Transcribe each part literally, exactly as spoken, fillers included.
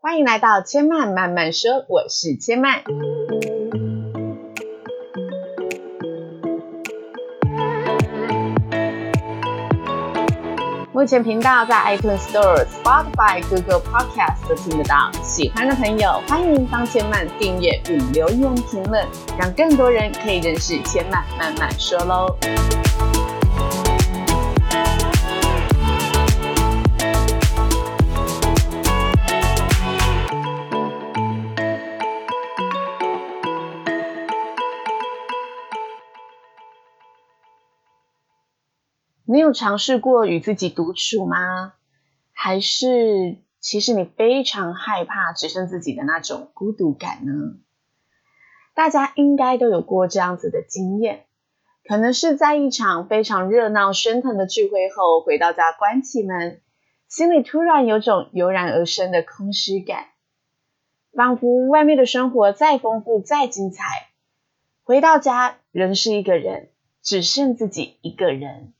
欢迎来到千曼慢慢说，我是千曼。目前频道在 iTunes Store、Spotify、Google Podcast 都听得到，喜欢的朋友欢迎帮千曼订阅与留言评论，让更多人可以认识千曼慢慢说咯。你有尝试过与自己独处吗？还是其实你非常害怕只剩自己的那种孤独感呢？大家应该都有过这样子的经验，可能是在一场非常热闹喧腾的聚会后，回到家关起门，心里突然有种油然而生的空虚感，仿佛外面的生活再丰富再精彩，回到家仍是一个人，只剩自己一个人。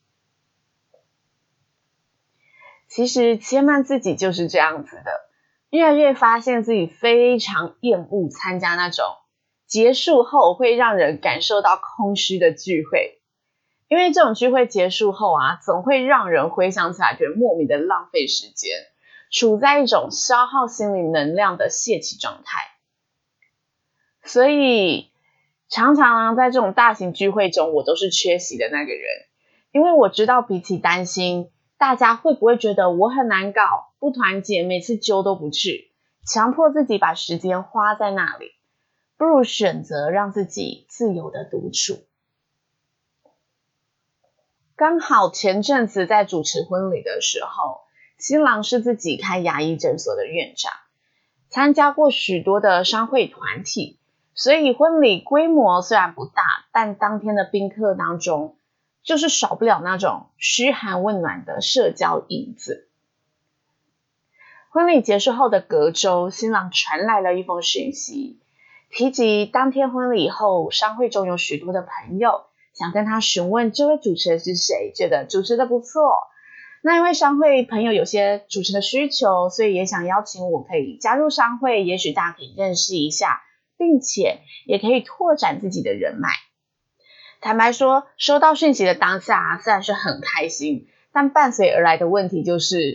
其实千曼自己就是这样子的，越来越发现自己非常厌恶参加那种结束后会让人感受到空虚的聚会，因为这种聚会结束后啊，总会让人回想起来觉得莫名的浪费时间，处在一种消耗心理能量的泄气状态。所以常常在这种大型聚会中，我都是缺席的那个人，因为我知道比起担心大家会不会觉得我很难搞，不团结，每次揪都不去，强迫自己把时间花在那里，不如选择让自己自由的独处。刚好前阵子在主持婚礼的时候，新郎是自己开牙医诊所的院长，参加过许多的商会团体，所以婚礼规模虽然不大，但当天的宾客当中就是少不了那种嘘寒问暖的社交影子。婚礼结束后的隔周，新郎传来了一封讯息，提及当天婚礼后，商会中有许多的朋友想跟他询问这位主持人是谁，觉得主持的不错。那因为商会朋友有些主持的需求，所以也想邀请我可以加入商会，也许大家可以认识一下，并且也可以拓展自己的人脉。坦白说，收到讯息的当下啊，虽然是很开心，但伴随而来的问题就是，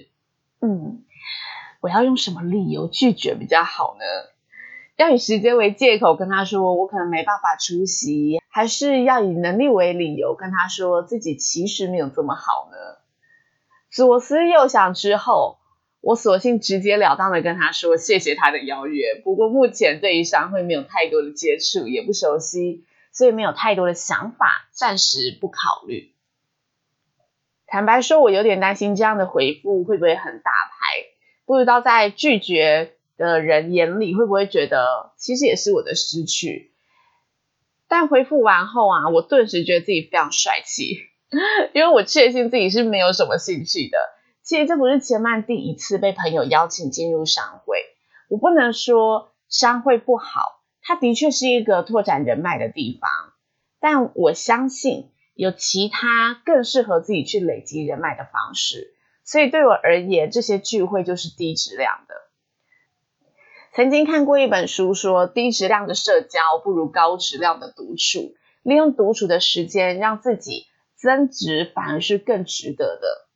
嗯，我要用什么理由拒绝比较好呢？要以时间为借口跟他说我可能没办法出席，还是要以能力为理由跟他说自己其实没有这么好呢？左思右想之后，我索性直截了当的跟他说谢谢他的邀约，不过目前对于商会没有太多的接触，也不熟悉，所以没有太多的想法，暂时不考虑。坦白说，我有点担心这样的回复会不会很大牌，不知道在拒绝的人眼里会不会觉得其实也是我的失去。但回复完后啊，我顿时觉得自己非常帅气，因为我确信自己是没有什么兴趣的。其实这不是千曼第一次被朋友邀请进入商会，我不能说商会不好，它的确是一个拓展人脉的地方，但我相信有其他更适合自己去累积人脉的方式，所以对我而言，这些聚会就是低质量的。曾经看过一本书说，低质量的社交不如高质量的独处，利用独处的时间让自己增值，反而是更值得的。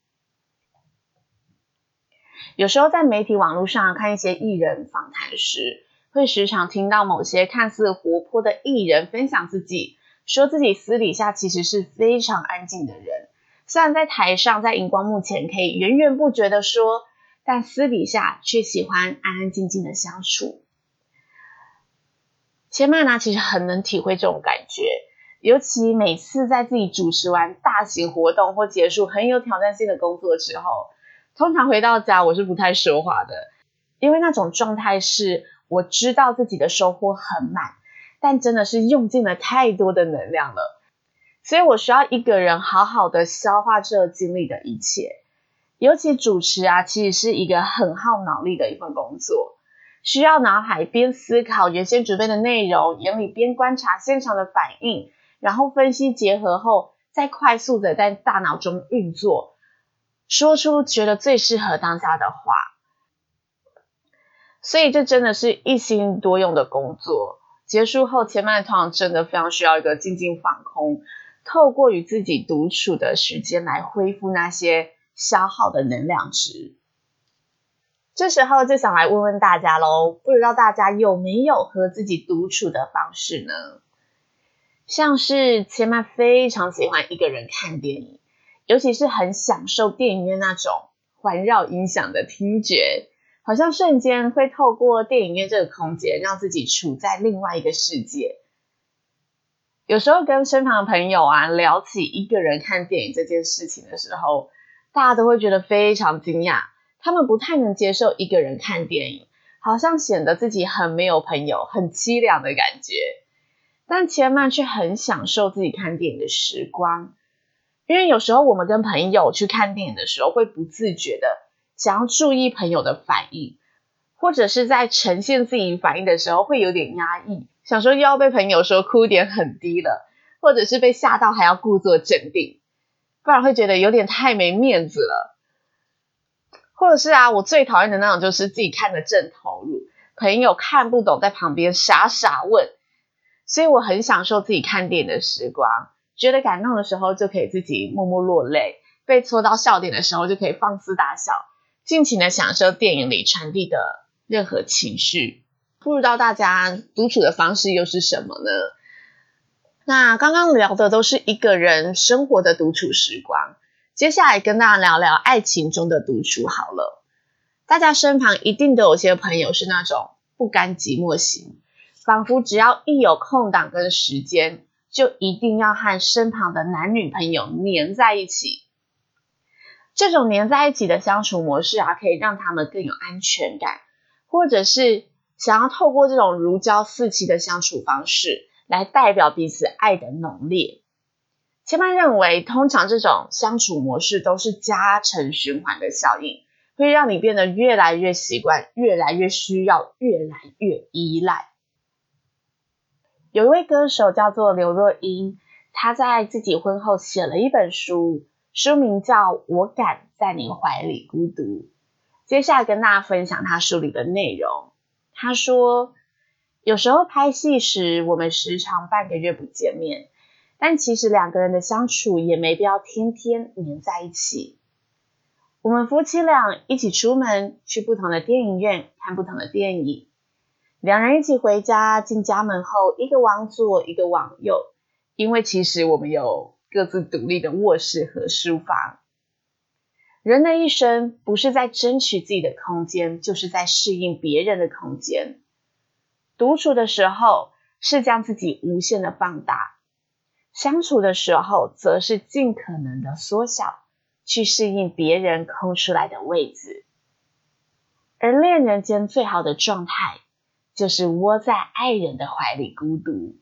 有时候在媒体网络上看一些艺人访谈时，会时常听到某些看似活泼的艺人分享自己，说自己私底下其实是非常安静的人，虽然在台上在荧光幕前可以源源不绝的说，但私底下却喜欢安安静静的相处。千曼呢，其实很能体会这种感觉，尤其每次在自己主持完大型活动或结束很有挑战性的工作之后，通常回到家我是不太说话的，因为那种状态是我知道自己的收获很满，但真的是用尽了太多的能量了，所以我需要一个人好好的消化这经历的一切。尤其主持啊，其实是一个很耗脑力的一份工作，需要脑海边思考原先准备的内容，眼里边观察现场的反应，然后分析结合后，再快速的在大脑中运作，说出觉得最适合当下的话。 所以这真的是一心多用的工作。结束后，千曼通常真的非常需要一个静静放空，透过与自己独处的时间来恢复那些消耗的能量值。这时候就想来问问大家咯，不知道大家有没有和自己独处的方式呢？像是千曼非常喜欢一个人看电影，尤其是很享受电影院那种环绕音响的听觉，好像瞬间会透过电影院这个空间让自己处在另外一个世界。有时候跟身旁的朋友啊聊起一个人看电影这件事情的时候，大家都会觉得非常惊讶，他们不太能接受一个人看电影，好像显得自己很没有朋友，很凄凉的感觉。但千曼却很享受自己看电影的时光，因为有时候我们跟朋友去看电影的时候，会不自觉的想要注意朋友的反应，或者是在呈现自己反应的时候会有点压抑，想说又要被朋友说哭点很低了，或者是被吓到还要故作镇定，不然会觉得有点太没面子了。或者是啊，我最讨厌的那种就是自己看得正投入，朋友看不懂在旁边傻傻问，所以我很享受自己看电影的时光，觉得感动的时候就可以自己默默落泪，被戳到笑点的时候就可以放肆大笑，尽情的享受电影里传递的任何情绪。不知道大家独处的方式又是什么呢？那刚刚聊的都是一个人生活的独处时光，接下来跟大家聊聊爱情中的独处好了。大家身旁一定都有些朋友是那种不甘寂寞型，仿佛只要一有空档跟时间，就一定要和身旁的男女朋友黏在一起。这种黏在一起的相处模式啊，可以让他们更有安全感，或者是想要透过这种如胶似漆的相处方式来代表彼此爱的浓烈。千曼认为通常这种相处模式都是加成循环的效应，会让你变得越来越习惯，越来越需要，越来越依赖。有一位歌手叫做刘若英，她在自己婚后写了一本书，书名叫《我敢在你怀里孤独》。接下来跟大家分享她书里的内容。她说，有时候拍戏时，我们时常半个月不见面，但其实两个人的相处也没必要天天黏在一起。我们夫妻俩一起出门，去不同的电影院看不同的电影，两人一起回家，进家门后一个往左一个往右，因为其实我们有各自独立的卧室和书房。人的一生不是在争取自己的空间，就是在适应别人的空间。独处的时候是将自己无限的放大，相处的时候则是尽可能的缩小，去适应别人空出来的位置。而恋人间最好的状态，就是窝在爱人的怀里孤独。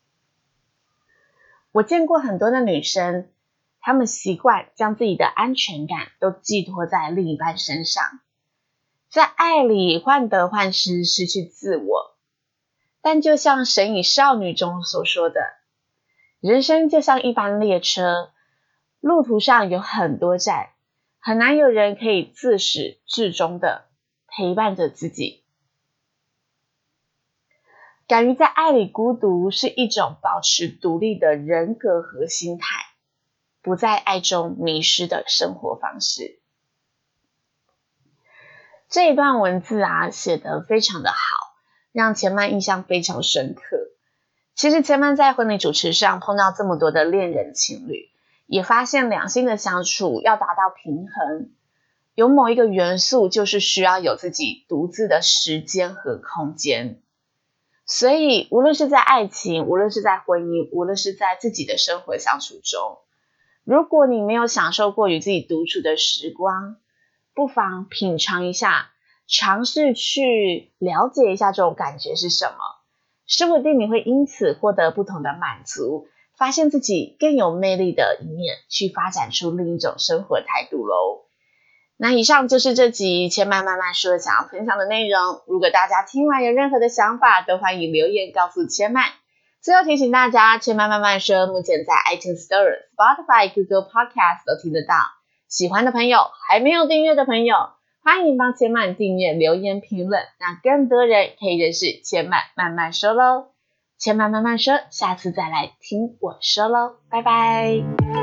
我见过很多的女生，她们习惯将自己的安全感都寄托在另一半身上，在爱里患得患失，失去自我。但就像《神隐少女》中所说的，人生就像一班列车，路途上有很多站，很难有人可以自始至终的陪伴着自己。敢于在爱里孤独，是一种保持独立的人格和心态，不在爱中迷失的生活方式。这一段文字啊，写得非常的好，让千曼印象非常深刻。其实千曼在婚礼主持上碰到这么多的恋人情侣，也发现两性的相处要达到平衡，有某一个元素就是需要有自己独自的时间和空间。所以无论是在爱情，无论是在婚姻，无论是在自己的生活相处中，如果你没有享受过与自己独处的时光，不妨品尝一下，尝试去了解一下这种感觉是什么，说不定你会因此获得不同的满足，发现自己更有魅力的一面，去发展出另一种生活态度咯。那以上就是这集千曼慢慢说想要分享的内容，如果大家听完有任何的想法，都欢迎留言告诉千曼。最后提醒大家，千曼慢慢说目前在 iTunes Store、Spotify、Google Podcast 都听得到，喜欢的朋友，还没有订阅的朋友， 欢迎帮千曼订阅、留言、评论，让更多人可以认识千曼慢慢说咯。千曼慢慢说，下次再来听我说咯，拜拜。